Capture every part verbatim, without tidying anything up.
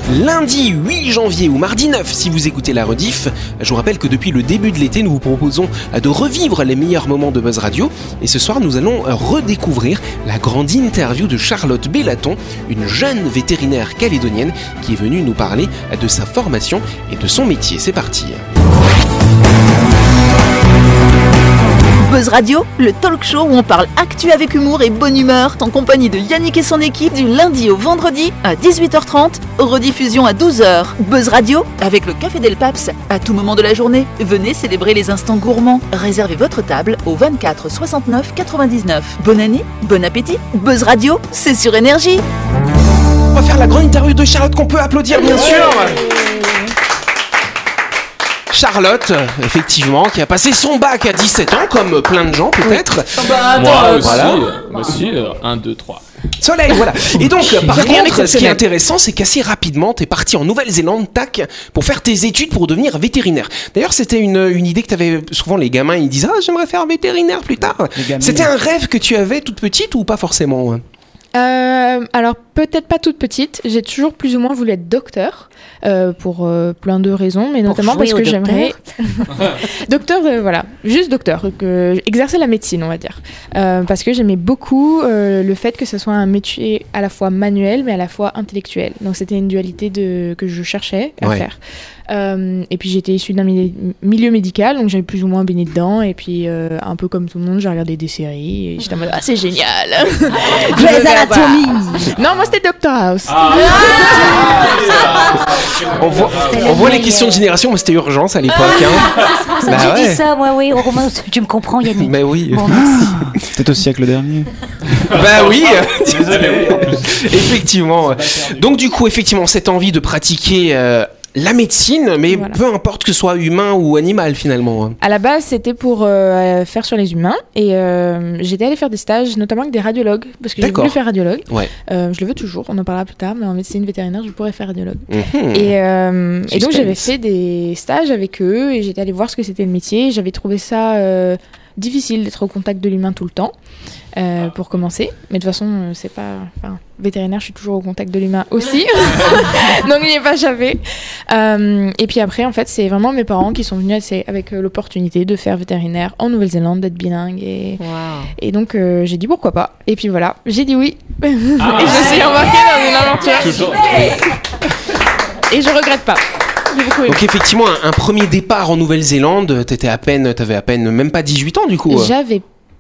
lundi huit janvier ou mardi neuf si vous écoutez la rediff. Je vous rappelle que depuis le début de l'été, nous vous proposons de revivre les meilleurs moments de Buzz Radio. Et ce soir, nous allons redécouvrir la grande interview de Charlotte Bellaton, une jeune vétérinaire calédonienne qui est venue nous parler de sa formation et de son métier. C'est parti. Buzz Radio, le talk show où on parle actu avec humour et bonne humeur, en compagnie de Yannick et son équipe du lundi au vendredi à dix-huit heures trente, rediffusion à douze heures. Buzz Radio, avec le Café Del Paps, à tout moment de la journée. Venez célébrer les instants gourmands. Réservez votre table au vingt-quatre soixante-neuf quatre-vingt-dix-neuf. Bonne année, bon appétit. Buzz Radio, c'est sur Énergie. On va faire la grande interview de Charlotte qu'on peut applaudir bien sûr. Charlotte, effectivement, qui a passé son bac à dix-sept ans, comme plein de gens peut-être. Oui. Bah, Moi euh, aussi, voilà. moi aussi, un, deux, trois. Soleil, voilà. Et donc, par contre, ce qui est intéressant, c'est qu'assez rapidement, t'es parti en Nouvelle-Zélande, tac, pour faire tes études pour devenir vétérinaire. D'ailleurs, c'était une, une idée que t'avais, souvent les gamins, ils disent « Ah, j'aimerais faire vétérinaire plus tard ». C'était un rêve que tu avais toute petite ou pas forcément ? Euh, alors peut-être pas toute petite, j'ai toujours plus ou moins voulu être docteur euh, pour euh, plein de raisons, mais notamment parce que j'aimerais docteur, euh, voilà, juste docteur, que exercer la médecine, on va dire, euh, parce que j'aimais beaucoup euh, le fait que ce soit un métier à la fois manuel mais à la fois intellectuel. Donc c'était une dualité de que je cherchais à ouais. faire. Euh, et puis j'étais issue d'un mi- milieu médical, donc j'avais plus ou moins baigné dedans. Et puis euh, un peu comme tout le monde, j'ai regardé des séries et j'étais en mode ah c'est génial. Grey's Anatomy. Non, moi c'était Doctor House. Ah. on voit, on voit les questions de génération, mais c'était urgence à l'époque. Hein. C'est pour ça bah que j'ai ouais. dit ça, moi oui. Au Romain, tu me comprends, Yannick. Bah oui. Bon, merci. C'était au siècle dernier. Bah oui. Effectivement. Donc du coup, effectivement, cette envie de pratiquer. Euh, La médecine, mais voilà. Peu importe que ce soit humain ou animal finalement. À la base, c'était pour euh, faire sur les humains et euh, j'étais allée faire des stages, notamment avec des radiologues, parce que D'accord. j'ai voulu faire radiologue. Ouais. Euh, je le veux toujours, on en parlera plus tard, mais en médecine vétérinaire, je pourrais faire radiologue. Mmh. Et, euh, et donc j'avais fait des stages avec eux et j'étais allée voir ce que c'était le métier. J'avais trouvé ça euh, difficile d'être au contact de l'humain tout le temps. Euh, pour commencer, mais de toute façon euh, c'est pas, enfin vétérinaire, je suis toujours au contact de l'humain aussi, donc il n'y est pas échappé. Euh, et puis après en fait c'est vraiment mes parents qui sont venus assez, avec euh, l'opportunité de faire vétérinaire en Nouvelle-Zélande, d'être bilingue et, wow. et donc euh, j'ai dit pourquoi pas, et puis voilà, j'ai dit oui. Ah, et je suis embarquée dans une aventure et je regrette pas. Donc effectivement un, un premier départ en Nouvelle-Zélande, t'étais à peine, t'avais à peine même pas dix-huit ans du coup. J'avais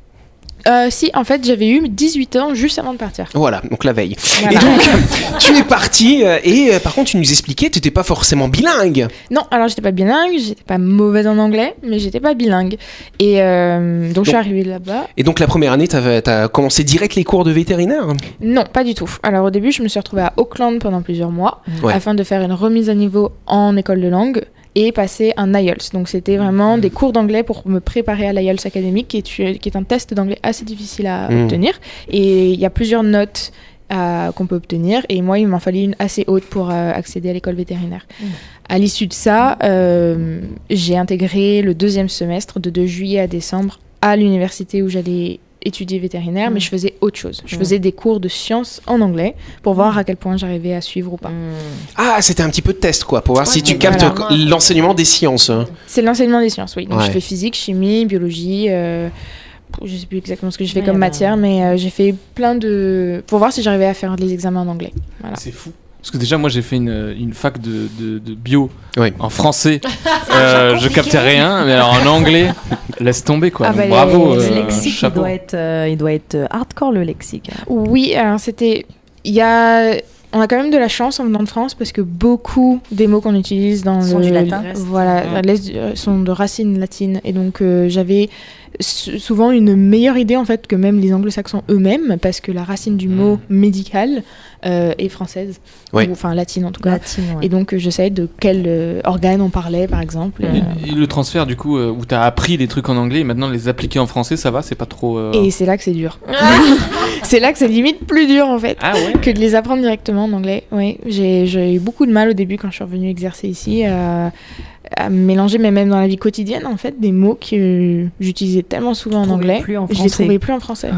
Euh, si, en fait, j'avais eu dix-huit ans juste avant de partir. Voilà, donc la veille. Voilà. Et donc, tu es partie et euh, par contre, tu nous expliquais, tu n'étais pas forcément bilingue. Non, alors j'étais pas bilingue, j'étais pas mauvaise en anglais, mais j'étais pas bilingue. Et euh, donc, donc je suis arrivée là-bas. Et donc la première année, tu as commencé direct les cours de vétérinaire ? Non, pas du tout. Alors au début, je me suis retrouvée à Auckland pendant plusieurs mois, ouais. afin de faire une remise à niveau en école de langue. Et passer un I E L T S. Donc c'était vraiment des cours d'anglais pour me préparer à l'I E L T S académique, qui est, qui est un test d'anglais assez difficile à mmh. obtenir. Et il y a plusieurs notes euh, qu'on peut obtenir. Et moi, il m'en fallait une assez haute pour euh, accéder à l'école vétérinaire. Mmh. À l'issue de ça, euh, j'ai intégré le deuxième semestre de, de juillet à décembre à l'université où j'allais étudier vétérinaire, mmh. mais je faisais autre chose. Je mmh. faisais des cours de sciences en anglais pour voir à quel point j'arrivais à suivre ou pas. Mmh. Ah, c'était un petit peu de test, quoi, pour voir ouais, si tu captes voilà. l'enseignement des sciences. C'est l'enseignement des sciences, oui. Donc ouais. je fais physique, chimie, biologie, euh, je sais plus exactement ce que je fais ouais, comme bah... matière, mais euh, j'ai fait plein de... pour voir si j'arrivais à faire les examens en anglais. Voilà. C'est fou. Parce que déjà, moi, j'ai fait une, une fac de, de, de bio oui. en français. euh, je captais rien, mais alors en anglais, laisse tomber, quoi. Ah bah bravo. Le euh, lexique, il doit, être, euh, il doit être hardcore, le lexique. Oui, alors c'était... Il y a... On a quand même de la chance en venant de France parce que beaucoup des mots qu'on utilise dans sont le... du latin. Voilà, mmh. sont de racines latines. Et donc, euh, j'avais souvent une meilleure idée, en fait, que même les anglo-saxons eux-mêmes, parce que la racine du mot mmh. médical euh, est française. Ouais. Ou, enfin, latine, en tout cas. Latine, ouais. Et donc, euh, je savais de quel euh, organe on parlait, par exemple. Et, euh... et le transfert, du coup, euh, où tu as appris des trucs en anglais et maintenant les appliquer en français, ça va, c'est pas trop... Euh... Et c'est là que c'est dur. C'est là que c'est limite plus dur, en fait, ah ouais. que de les apprendre directement en anglais. Oui, j'ai, j'ai eu beaucoup de mal au début quand je suis revenue exercer ici euh, à mélanger, mais même dans la vie quotidienne, en fait, des mots que j'utilisais tellement souvent en anglais, plus en je les trouvais plus en français. Ah.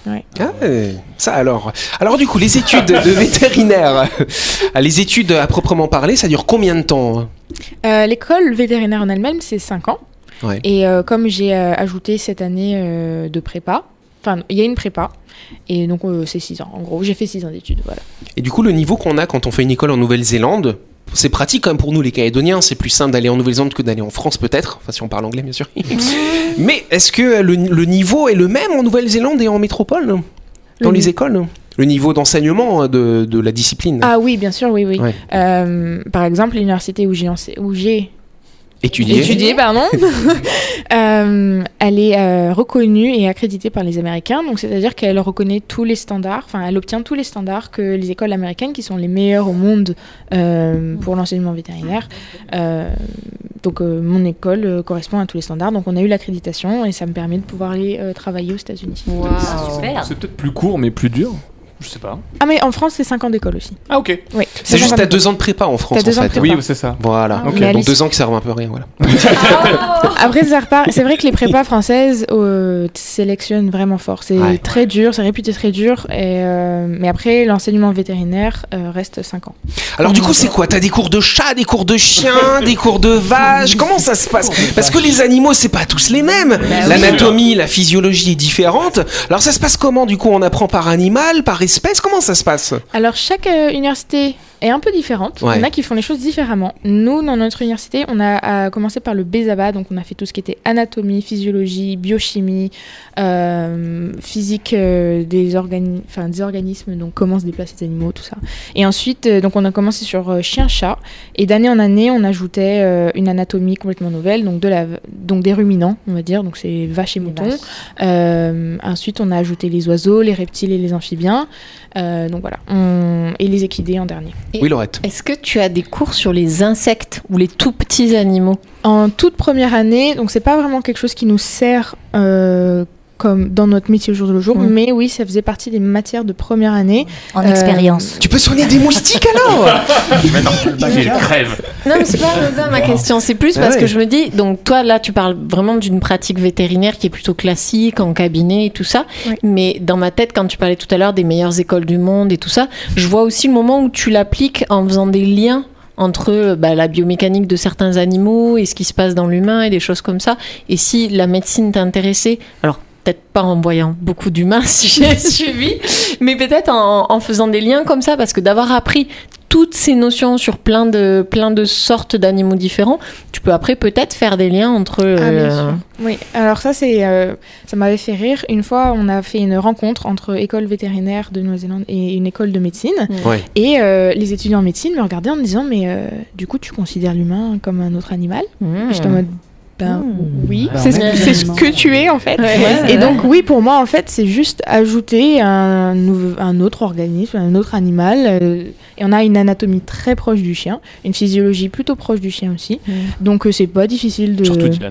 Ouais. Ah, ça alors. Alors du coup, les études de vétérinaire, les études à proprement parler, ça dure combien de temps? euh, L'école vétérinaire en elle-même, c'est cinq ans. Ouais. Et euh, comme j'ai euh, ajouté cette année euh, de prépa, enfin, il y a une prépa, et donc euh, c'est six ans. En gros, j'ai fait six ans d'études, voilà. Et du coup, le niveau qu'on a quand on fait une école en Nouvelle-Zélande, c'est pratique quand même pour nous les Calédoniens, c'est plus simple d'aller en Nouvelle-Zélande que d'aller en France peut-être, enfin si on parle anglais bien sûr. Mais est-ce que le, le niveau est le même en Nouvelle-Zélande et en métropole, dans Le les ni- écoles? Le niveau d'enseignement de, de la discipline? Ah oui, bien sûr, oui, oui. Ouais. Euh, par exemple, l'université où j'ai ense- où j'ai Étudier. étudié, pardon, euh, elle est euh, reconnue et accréditée par les Américains. Donc, c'est-à-dire qu'elle reconnaît tous les standards, enfin, elle obtient tous les standards que les écoles américaines, qui sont les meilleures au monde euh, pour l'enseignement vétérinaire. Euh, donc, euh, mon école euh, correspond à tous les standards. Donc, on a eu l'accréditation et ça me permet de pouvoir aller euh, travailler aux États-Unis. Waouh, super. C'est peut-être plus court, mais plus dur. Je sais pas. Ah, mais en France, c'est cinq ans d'école aussi. Ah, ok. Oui. C'est juste cinq à ans d'école. deux ans de prépa en France T'as deux en ans de fait. prépa. Oui, c'est ça. Voilà. Ah, Ok. mais à Donc l'issue- deux ans qui servent un peu à rien, voilà. Après, ça repart. C'est vrai que les prépas françaises euh, sélectionnent vraiment fort. C'est Ouais. très dur, c'est réputé très dur. Et, euh, mais après, l'enseignement vétérinaire euh, reste cinq ans. Alors du coup, c'est quoi? T'as des cours de chat, des cours de chien, des cours de vaches? Comment ça se passe? Parce que les animaux, c'est pas tous les mêmes. L'anatomie, la physiologie est différente. Alors ça se passe comment? Du coup, on apprend par animal, par espèce? Comment ça se passe? Alors, chaque euh, université est un peu différente. Ouais. Il y en a qui font les choses différemment. Nous, dans notre université, on a, a commencé par le B Z A B A, donc on a fait tout ce qui était anatomie, physiologie, biochimie, euh, physique euh, des, organi- enfin, des organismes, donc comment se déplacent les animaux, tout ça. Et ensuite, euh, donc on a commencé sur euh, chien-chat, et d'année en année, on ajoutait euh, une anatomie complètement nouvelle, donc, de la, donc des ruminants, on va dire, donc c'est vaches et moutons. Euh, ensuite, on a ajouté les oiseaux, les reptiles et les amphibiens. Euh, donc voilà, on... et les équidés en dernier. Et Oui, Laurette. Est-ce que tu as des cours sur les insectes ou les tout petits animaux? En toute première année, donc c'est pas vraiment quelque chose qui nous sert euh, comme dans notre métier au jour le jour, Mm. mais oui, ça faisait partie des matières de première année. En Euh, expérience. Tu peux soigner des moustiques alors? Mais non, il crève. Non, mais c'est pas anodin ma question. C'est plus Ah parce ouais. que je me dis, donc toi là, tu parles vraiment d'une pratique vétérinaire qui est plutôt classique en cabinet et tout ça. Oui. Mais dans ma tête, quand tu parlais tout à l'heure des meilleures écoles du monde et tout ça, je vois aussi le moment où tu l'appliques en faisant des liens entre bah, la biomécanique de certains animaux et ce qui se passe dans l'humain et des choses comme ça. Et si la médecine t'intéressait, alors peut-être pas en voyant beaucoup d'humains si j'ai suivi, mais peut-être en, en faisant des liens comme ça, parce que d'avoir appris toutes ces notions sur plein de, plein de sortes d'animaux différents, tu peux après peut-être faire des liens entre... Ah, bien euh, sûr. Oui, alors ça, c'est, euh, ça m'avait fait rire. Une fois, on a fait une rencontre entre école vétérinaire de Nouvelle-Zélande et une école de médecine. Ouais. Et euh, les étudiants en médecine me regardaient en me disant, mais euh, du coup, tu considères l'humain comme un autre animal? hmm. Et j'étais en mode, ben Mmh. oui, Alors, c'est ce, même c'est ce que tu es en fait. Ouais, ouais, Et ouais. donc oui, pour moi en fait, c'est juste ajouter un, nouveau, un autre organisme, un autre animal. euh, et on a une anatomie très proche du chien, une physiologie plutôt proche du chien aussi. Mm. Donc euh, c'est pas difficile de... Surtout Dylan.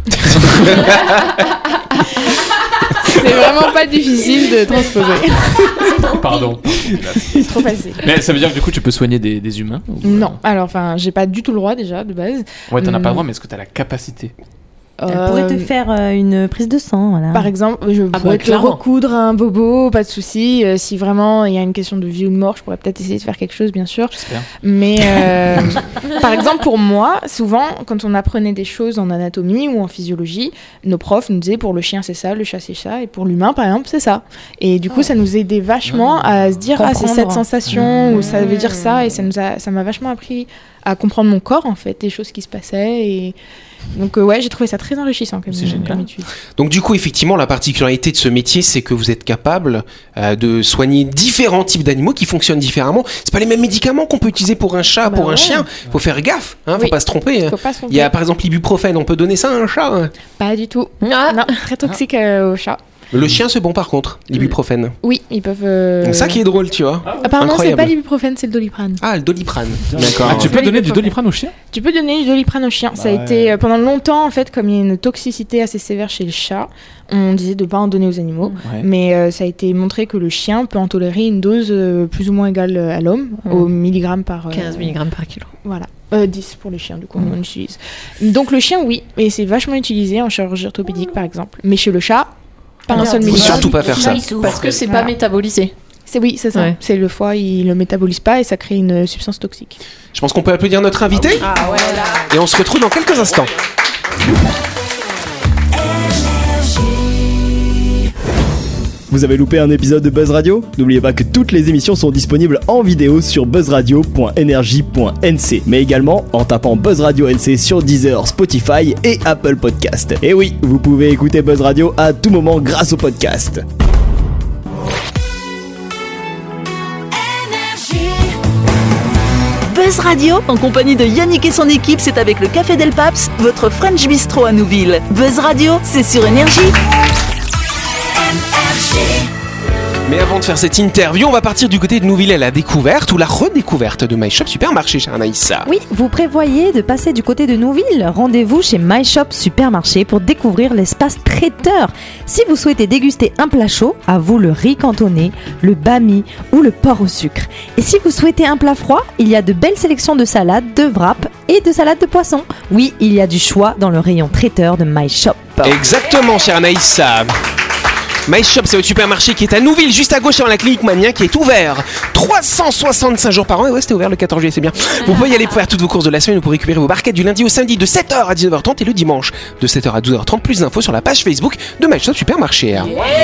C'est vraiment pas difficile de transposer. Pardon. C'est trop facile. Mais ça veut dire que du coup, tu peux soigner des, des humains ou- Non, alors enfin, j'ai pas du tout le droit déjà de base. Ouais, t'en as pas le Hmm. droit, mais est-ce que t'as la capacité? Elle pourrait te Euh, faire euh, une prise de sang, voilà. Par exemple, je Ah pourrais bah, te clairement. recoudre un bobo, pas de souci. Euh, si vraiment il y a une question de vie ou de mort, je pourrais peut-être essayer de faire quelque chose, bien sûr. J'espère. Mais euh, par exemple, pour moi, souvent, quand on apprenait des choses en anatomie ou en physiologie, nos profs nous disaient pour le chien c'est ça, le chat c'est ça, et pour l'humain par exemple c'est ça. Et du coup, ça nous aidait vachement à se dire ah c'est cette Comprendre. sensation ou ça veut dire ça, et ça nous a, ça m'a vachement appris à comprendre mon corps en fait, des choses qui se passaient. Et donc euh, ouais, j'ai trouvé ça très enrichissant comme, C'est génial. comme étude. Donc du coup, effectivement, la particularité de ce métier, c'est que vous êtes capable euh, de soigner différents types d'animaux qui fonctionnent différemment. C'est pas les mêmes médicaments qu'on peut utiliser pour un chat, Bah pour un ouais. chien. Faut faire gaffe, hein, faut Oui. pas se tromper. Faut pas se tromper. Il y a par exemple l'ibuprofène, on peut donner ça à un chat. hein. Pas du tout. Ah, Non, très toxique euh, aux chats. Le chien, c'est bon par contre, l'ibuprofène. Oui, ils peuvent. euh, Donc ça qui est drôle, tu vois. Apparemment, c'est Incroyable. pas l'ibuprofène, c'est le doliprane. Ah, le doliprane. D'accord. Ah, tu peux Oui, donner le du profil. doliprane au chien? Tu peux donner du doliprane au chien. ça a Bah ouais. été euh, pendant longtemps en fait, comme il y a une toxicité assez sévère chez le chat, on disait de pas en donner aux animaux. Ouais. Mais euh, ça a été montré que le chien peut en tolérer une dose euh, plus ou moins égale à l'homme, Mm. au milligramme par. euh, quinze milligrammes par kilo. Voilà. Euh, dix pour les chiens, du coup, Mm. on utilise. Donc le chien, oui, et c'est vachement utilisé en chirurgie orthopédique par exemple. Mais chez le chat, pas un seul Faut milligramme. surtout pas faire ça. Parce que c'est Voilà. pas métabolisé. C'est oui, c'est ça. Ouais. C'est le foie, il le métabolise pas et ça crée une substance toxique. Je pense qu'on peut applaudir notre invité. Ah ouais, là. Et on se retrouve dans quelques instants. Vous avez loupé un épisode de Buzz Radio? N'oubliez pas que toutes les émissions sont disponibles en vidéo sur buzzradio point energie point n c, mais également en tapant Buzz Radio N C sur Deezer, Spotify et Apple Podcast. Et oui, vous pouvez écouter Buzz Radio à tout moment grâce au podcast. Buzz Radio, en compagnie de Yannick et son équipe, c'est avec le Café Del Paps, votre French Bistro à Nouville. Buzz Radio, c'est sur Énergie. Mais avant de faire cette interview, on va partir du côté de Nouville à la découverte ou la redécouverte de My Shop Supermarché, chère Anaïssa. Oui, vous prévoyez de passer du côté de Nouville? Rendez-vous chez My Shop Supermarché pour découvrir l'espace traiteur. Si vous souhaitez déguster un plat chaud, à vous le riz cantonné, le bami ou le porc au sucre. Et si vous souhaitez un plat froid, il y a de belles sélections de salades, de wraps et de salades de poisson. Oui, il y a du choix dans le rayon traiteur de My Shop. Exactement, chère Anaïssa. My Shop, c'est votre supermarché qui est à Nouville, juste à gauche avant la clinique Mania, qui est ouvert trois cent soixante-cinq jours par an. Et ouais, c'était ouvert le quatorze juillet, c'est bien. Vous pouvez y aller pour faire toutes vos courses de la semaine ou pour récupérer vos barquettes du lundi au samedi de sept heures à dix-neuf heures trente et le dimanche de sept heures à douze heures trente. Plus d'infos sur la page Facebook de My Shop Supermarché.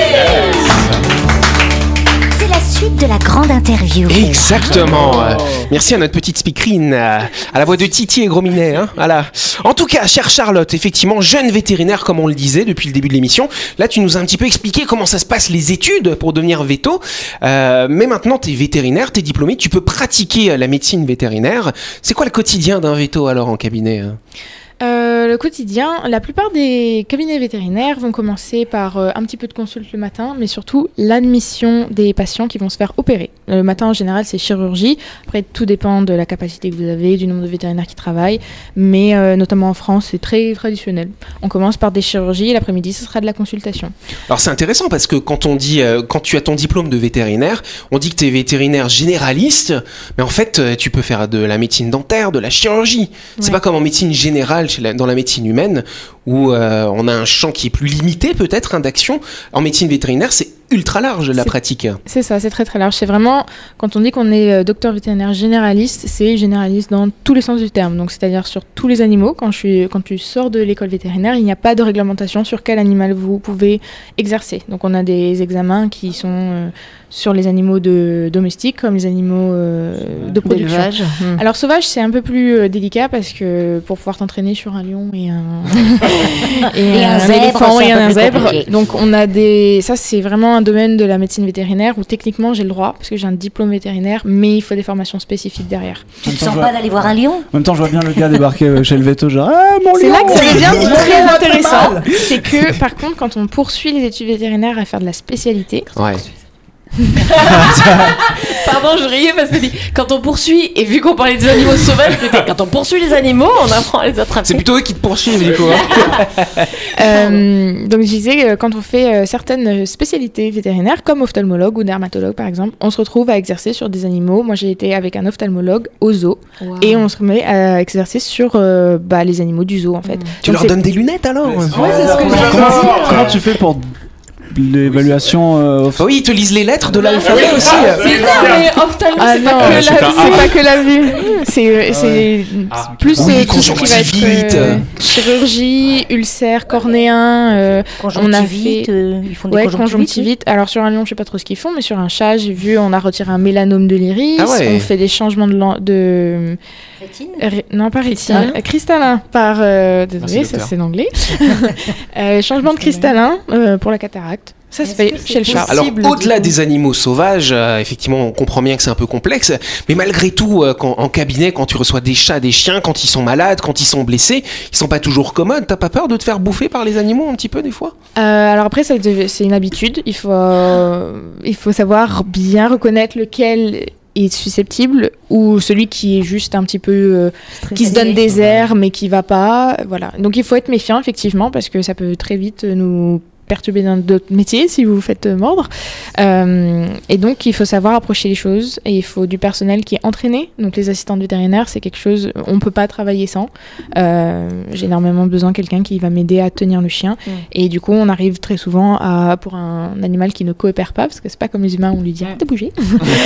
C'est la suite de la grande interview. Exactement. Euh, Merci à notre petite speakerine, euh, à la voix de Titi et Gros Minet. Hein, voilà. En tout cas, chère Charlotte, effectivement, jeune vétérinaire, comme on le disait depuis le début de l'émission. Là, tu nous as un petit peu expliqué comment ça se passe, les études pour devenir véto. Euh, mais maintenant, tu es vétérinaire, tu es diplômé, tu peux pratiquer la médecine vétérinaire. C'est quoi le quotidien d'un véto alors en cabinet hein Euh, le quotidien, la plupart des cabinets vétérinaires vont commencer par euh, un petit peu de consulte le matin, mais surtout l'admission des patients qui vont se faire opérer. Le matin, en général, c'est chirurgie. Après, tout dépend de la capacité que vous avez, du nombre de vétérinaires qui travaillent, mais euh, notamment en France, c'est très traditionnel. On commence par des chirurgies, et l'après-midi, ce sera de la consultation. Alors c'est intéressant parce que quand on dit, euh, quand tu as ton diplôme de vétérinaire, on dit que tu es vétérinaire généraliste, mais en fait, euh, tu peux faire de la médecine dentaire, de la chirurgie. C'est Ouais. pas comme en médecine générale, chez la- dans la médecine humaine, où euh, on a un champ qui est plus limité peut-être hein, d'action. En médecine vétérinaire, c'est ultra large la C'est- pratique. C'est ça, c'est très très large. C'est vraiment, quand on dit qu'on est euh, docteur vétérinaire généraliste, c'est généraliste dans tous les sens du terme. Donc, c'est-à-dire sur tous les animaux. Quand, je suis, quand tu sors de l'école vétérinaire, il n'y a pas de réglementation sur quel animal vous pouvez exercer. Donc, on a des examens qui sont euh, sur les animaux de, domestiques comme les animaux euh, de production. D'élevage. Hmm. Alors, sauvage, c'est un peu plus euh, délicat parce que pour pouvoir t'entraîner sur un lion et un, et Et un un zèbre, éléphant c'est et un peu un plus zèbre, compliqué. donc on a des. Ça, c'est vraiment un domaine de la médecine vétérinaire où techniquement j'ai le droit parce que j'ai un diplôme vétérinaire, mais il faut des formations spécifiques derrière. Tu ne sens pas d'aller voir un lion? En même temps, je vois bien le gars débarquer euh, chez le veto, genre ah, mon C'est lion. là que ça devient Il très a très intéressant. mal. C'est que par contre, quand on poursuit les études vétérinaires à faire de la spécialité, Ouais. Pardon, je riais parce que dit, quand on poursuit, et vu qu'on parlait des animaux sauvages, je me disais, quand on poursuit les animaux, on apprend à les attraper. C'est plutôt eux qui te poursuivent du coup. hein. Euh, donc je disais, euh, quand on fait euh, certaines spécialités vétérinaires, comme ophtalmologue ou dermatologue par exemple, on se retrouve à exercer sur des animaux. Moi j'ai été avec un ophtalmologue au zoo Wow. et on se remet à exercer sur euh, bah, les animaux du zoo en fait. Tu Donc, leur c'est- donnes des lunettes alors Ouais, c'est ce que comment, j'allais comment, dire. comment tu fais pour l'évaluation euh, off- Ah oui, ils te lisent les lettres de l'alphabet aussi. C'est ça, mais ophtalmo, Ah c'est non, pas que c'est la pas, vue. c'est pas que la vue. C'est euh, c'est plus Oui, euh, tout ce qui va être conjonctivite. euh, chirurgie, ulcère cornéen. euh, on a fait euh, ils font des ouais, conjonctivites. conjonctivite. Alors sur un lion, je sais pas trop ce qu'ils font, mais sur un chat, j'ai vu, on a retiré un mélanome de l'iris. Ah ouais. On fait des changements de, lan- de Rétine. Ré- non pas Cristallin. rétine, euh, cristallin par euh, désolé, Merci, ça docteur. c'est l'anglais. Euh, changement de cristallin euh, pour la cataracte. Ça se Est-ce fait que c'est chez le chat. Alors, Cible, au-delà du coup. des animaux sauvages, euh, effectivement, on comprend bien que c'est un peu complexe, mais malgré tout, euh, quand, en cabinet, quand tu reçois des chats, des chiens, quand ils sont malades, quand ils sont blessés, ils sont pas toujours commodes. T'as pas peur de te faire bouffer par les animaux un petit peu des fois Euh, alors après, ça dev- c'est une habitude. Il faut, euh, il faut savoir bien reconnaître lequel est susceptible ou celui qui est juste un petit peu euh, qui se donne des airs mais qui va pas. Voilà. Donc il faut être méfiant effectivement parce que ça peut très vite nous perturber dans d'autres métiers si vous vous faites euh, mordre. Euh, et donc, il faut savoir approcher les choses et il faut du personnel qui est entraîné. Donc, les assistantes vétérinaires, c'est quelque chose, on ne peut pas travailler sans. Euh, j'ai énormément besoin de quelqu'un qui va m'aider à tenir le chien. Mmh. Et du coup, on arrive très souvent à, pour un animal qui ne coopère pas, parce que c'est pas comme les humains, on lui dit arrête de bouger.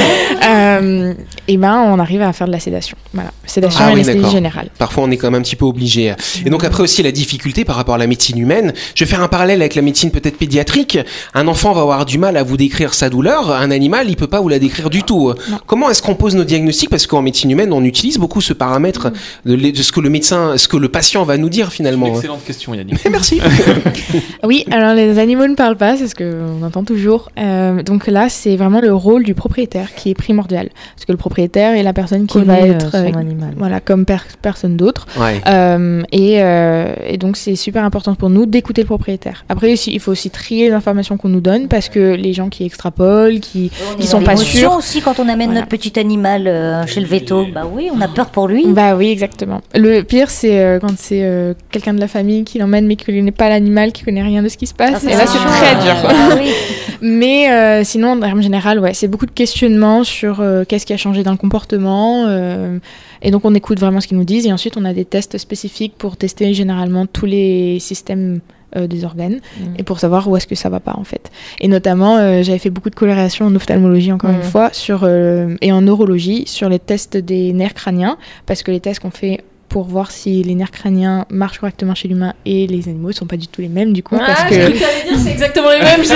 euh, et ben, on arrive à faire de la sédation. Voilà, sédation ah, et oui, anesthésie générale. Parfois, on est quand même un petit peu obligé. Et donc après aussi la difficulté par rapport à la médecine humaine. Je vais faire un parallèle avec la médecine peut-être pédiatrique. Un enfant va avoir du mal à vous décrire sa douleur. Un animal, il peut pas vous la décrire du tout. Non. Comment est-ce qu'on pose nos diagnostics? Parce qu'en médecine humaine, on utilise beaucoup ce paramètre de, de ce que le médecin, ce que le patient va nous dire finalement. C'est une excellente question, Yannick. Merci. Oui, alors les animaux ne parlent pas, c'est ce qu'on entend toujours. Euh, donc là, c'est vraiment le rôle du propriétaire qui est primordial. Parce que le propriétaire est la personne qui Connaît, va être euh, euh, voilà, comme per- personne d'autre. Ouais. Euh, et, euh, et donc, c'est super important pour nous d'écouter le propriétaire. Après, il faut aussi trier les informations qu'on nous donne parce que les gens qui extrapolent, qui ne sont pas sûrs. aussi quand on amène voilà. notre petit animal euh, chez le véto. Bah oui, on a peur pour lui. Bah oui, exactement. Le pire, c'est euh, quand c'est euh, quelqu'un de la famille qui l'emmène mais qui ne connaît pas l'animal, qui ne connaît rien de ce qui se passe. Ah, et là, c'est très dur. Ah, oui. Mais euh, sinon, en termes général, ouais, c'est beaucoup de questionnements sur euh, qu'est-ce qui a changé dans le comportement. Euh, et donc, on écoute vraiment ce qu'ils nous disent. Et ensuite, on a des tests spécifiques pour tester généralement tous les systèmes euh, des organes mmh. et pour savoir où est-ce que ça va pas, en fait. Et notamment, euh, j'avais fait beaucoup de coloration en ophtalmologie, encore mmh. une fois, sur, euh, et en neurologie, sur les tests des nerfs crâniens, parce que les tests qu'on fait pour voir si les nerfs crâniens marchent correctement chez l'humain et les animaux ne sont pas du tout les mêmes, du coup. Ah, parce que... je crois que t'allais dire c'est exactement les mêmes, j'ai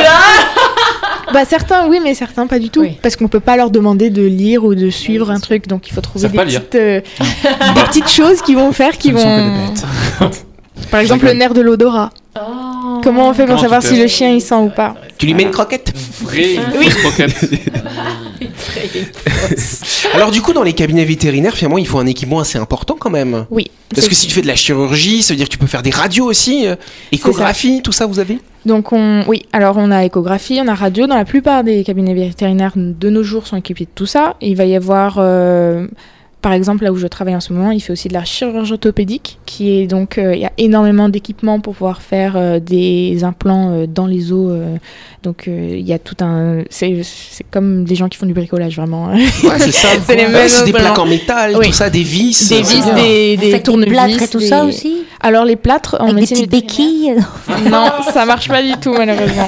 là. Bah certains oui, mais certains pas du tout, oui. Parce qu'on peut pas leur demander de lire ou de suivre oui, un truc, donc il faut trouver des petites, euh, des petites choses qui vont faire, qui vont. Par exemple le nerf de l'odorat. Oh. Comment on fait pour Comment savoir si le chien il sent ou pas? Tu lui mets une croquette? Vraie oui. croquette. Alors du coup, dans les cabinets vétérinaires, finalement, il faut un équipement assez important quand même. Oui. Parce que si tu fais de la chirurgie, ça veut dire que tu peux faire des radios aussi, euh, échographie, ça. Tout ça, vous avez? Donc on, oui, alors on a échographie, on a radio. Dans la plupart des cabinets vétérinaires de nos jours sont équipés de tout ça. Et il va y avoir, euh, par exemple, là où je travaille en ce moment, il fait aussi de la chirurgie orthopédique, qui est donc, euh, il y a énormément d'équipements pour pouvoir faire euh, des implants euh, dans les os. Euh, donc euh, il y a tout un, c'est, c'est comme des gens qui font du bricolage vraiment. Ouais, c'est ça. c'est les mêmes. C'est des plaques en métal, oui. Tout ça, des vis. Des vis, des, des, des tournevis. Des plâtres et tout des... ça aussi. Alors les plâtres en avec médecine des petites béquilles. Non, ça marche pas du tout malheureusement.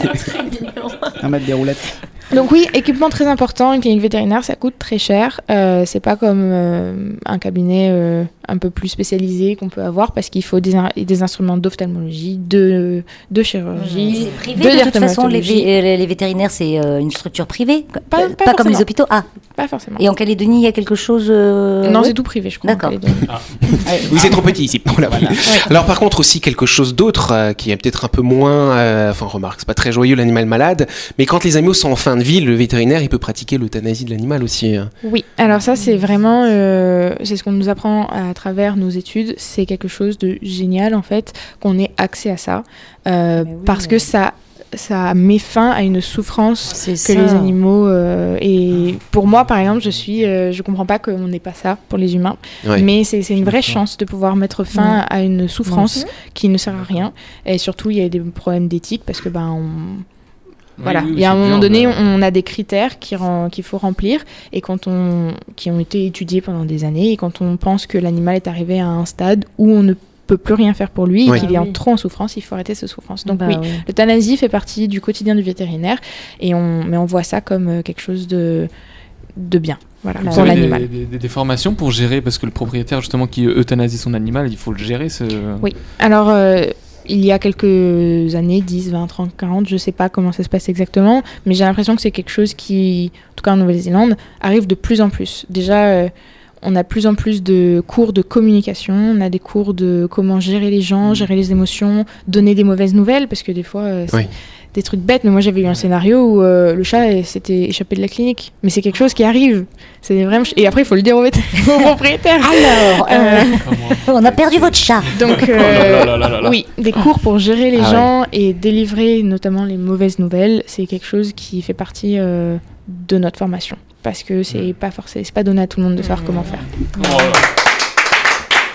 À mettre des roulettes. Donc oui, équipement très important, une clinique vétérinaire, ça coûte très cher. Euh, c'est pas comme euh, un cabinet euh, un peu plus spécialisé qu'on peut avoir parce qu'il faut des, in- des instruments d'ophtalmologie, de, de chirurgie, c'est privé, de, de toute façon, les, vé- les vétérinaires, c'est euh, une structure privée, pas, pas, pas comme les hôpitaux. Ah, pas forcément. Et en Calédonie, il y a quelque chose euh... Non, oui. c'est tout privé, je crois. D'accord. Ah. Oui, c'est trop petit ici. Voilà. Voilà. Oui. Alors par contre aussi quelque chose d'autre euh, qui est peut-être un peu moins, euh, enfin remarque, c'est pas très joyeux l'animal malade, mais quand les animaux sont en fin de vie, le vétérinaire il peut pratiquer l'euthanasie de l'animal aussi. Oui, alors ça c'est vraiment, euh, c'est ce qu'on nous apprend à travers nos études, c'est quelque chose de génial en fait, qu'on ait accès à ça, euh, oui, parce mais... que ça, ça met fin à une souffrance c'est que ça. Les animaux, euh, et pour moi par exemple, je suis, euh, je comprends pas qu'on n'ait pas ça pour les humains, ouais. mais c'est, c'est une vraie chance de pouvoir mettre fin ouais. à une souffrance ouais. qui ne sert à rien, et surtout il y a des problèmes d'éthique parce que ben on... Voilà, oui, oui, il y a un moment dur, donné, bah... on a des critères qui rend, qu'il faut remplir et quand on, qui ont été étudiés pendant des années. Et quand on pense que l'animal est arrivé à un stade où on ne peut plus rien faire pour lui oui. et qu'il est en trop en souffrance, il faut arrêter cette souffrance. Donc bah, oui, oui, l'euthanasie fait partie du quotidien du vétérinaire, et on, mais on voit ça comme quelque chose de, de bien. Voilà, vous pour avez l'animal. Des, des, des formations pour gérer, parce que le propriétaire justement qui euthanasie son animal, il faut le gérer. Ce... Oui, alors... Euh, il y a quelques années, dix, vingt, trente, quarante, je ne sais pas comment ça se passe exactement, mais j'ai l'impression que c'est quelque chose qui, en tout cas en Nouvelle-Zélande, arrive de plus en plus. Déjà, euh, on a de plus en plus de cours de communication, on a des cours de comment gérer les gens, gérer les émotions, donner des mauvaises nouvelles, parce que des fois, euh, c'est oui. des trucs bêtes, mais moi j'avais eu un scénario où euh, le chat s'était échappé de la clinique. Mais c'est quelque chose qui arrive. C'est des vrais... Et après, il faut le dire au, au propriétaire. Alors, euh, on a perdu votre chat. Donc, euh, oh là là là là. Oui, des cours pour gérer les ah gens ouais. et délivrer notamment les mauvaises nouvelles, c'est quelque chose qui fait partie euh, de notre formation. Parce que c'est mmh. pas forcément, c'est pas donné à tout le monde de savoir mmh. comment faire. Oh là.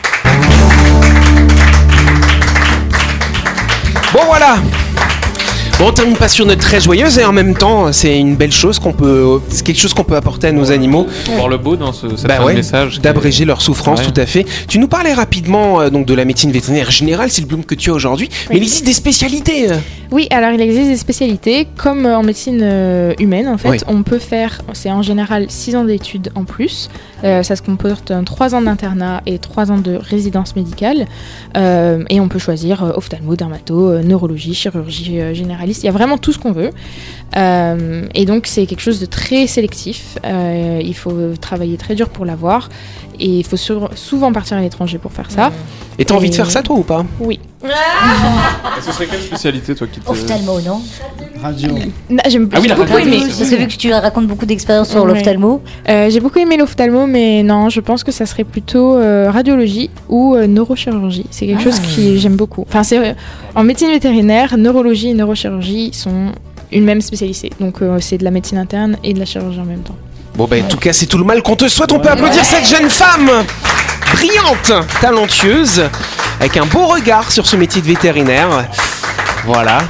Bon voilà. Bon, on termine pas sur notre très joyeuse et en même temps, c'est une belle chose qu'on peut, c'est quelque chose qu'on peut apporter à nos animaux. Voir le beau dans ce cette bah fin ouais, de message. d'abréger leur souffrance, ouais. tout à fait. Tu nous parlais rapidement euh, donc de la médecine vétérinaire générale, c'est le diplôme que tu as aujourd'hui, oui. mais il existe des spécialités. Oui, alors il existe des spécialités, comme en médecine euh, humaine en fait, oui. on peut faire, c'est en général six ans d'études en plus, euh, ça se comporte en trois ans d'internat et trois ans de résidence médicale, euh, et on peut choisir euh, ophtalmo, dermato, euh, neurologie, chirurgie euh, généraliste, il y a vraiment tout ce qu'on veut, euh, et donc c'est quelque chose de très sélectif, euh, il faut travailler très dur pour l'avoir, et il faut sur, souvent partir à l'étranger pour faire ça. Et t'as et... envie de faire ça toi ou pas? Oui. Et ce serait quelle spécialité toi qui te... Ophtalmo, non? Radio. Non, j'aime ah oui, beaucoup radio, aimé. Parce que vu que tu racontes beaucoup d'expériences sur ouais. l'ophtalmo. Euh, j'ai beaucoup aimé l'ophtalmo, mais non, je pense que ça serait plutôt euh, radiologie ou euh, neurochirurgie. C'est quelque ah. chose que j'aime beaucoup. Enfin, c'est, en médecine vétérinaire, neurologie et neurochirurgie sont une même spécialité. Donc euh, c'est de la médecine interne et de la chirurgie en même temps. Bon bah en tout cas c'est tout le mal qu'on te souhaite, on peut applaudir cette jeune femme brillante, talentueuse, avec un beau regard sur ce métier de vétérinaire. Voilà.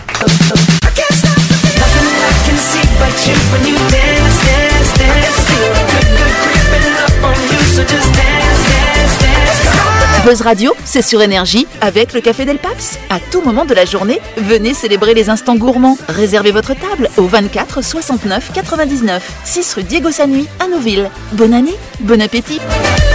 Buzz Radio, c'est sur Énergie avec le Café Del Paps. À tout moment de la journée, venez célébrer les instants gourmands. Réservez votre table au vingt-quatre soixante-neuf quatre-vingt-dix-neuf, six rue Diego Sanui à Nouville. Bonne année, bon appétit.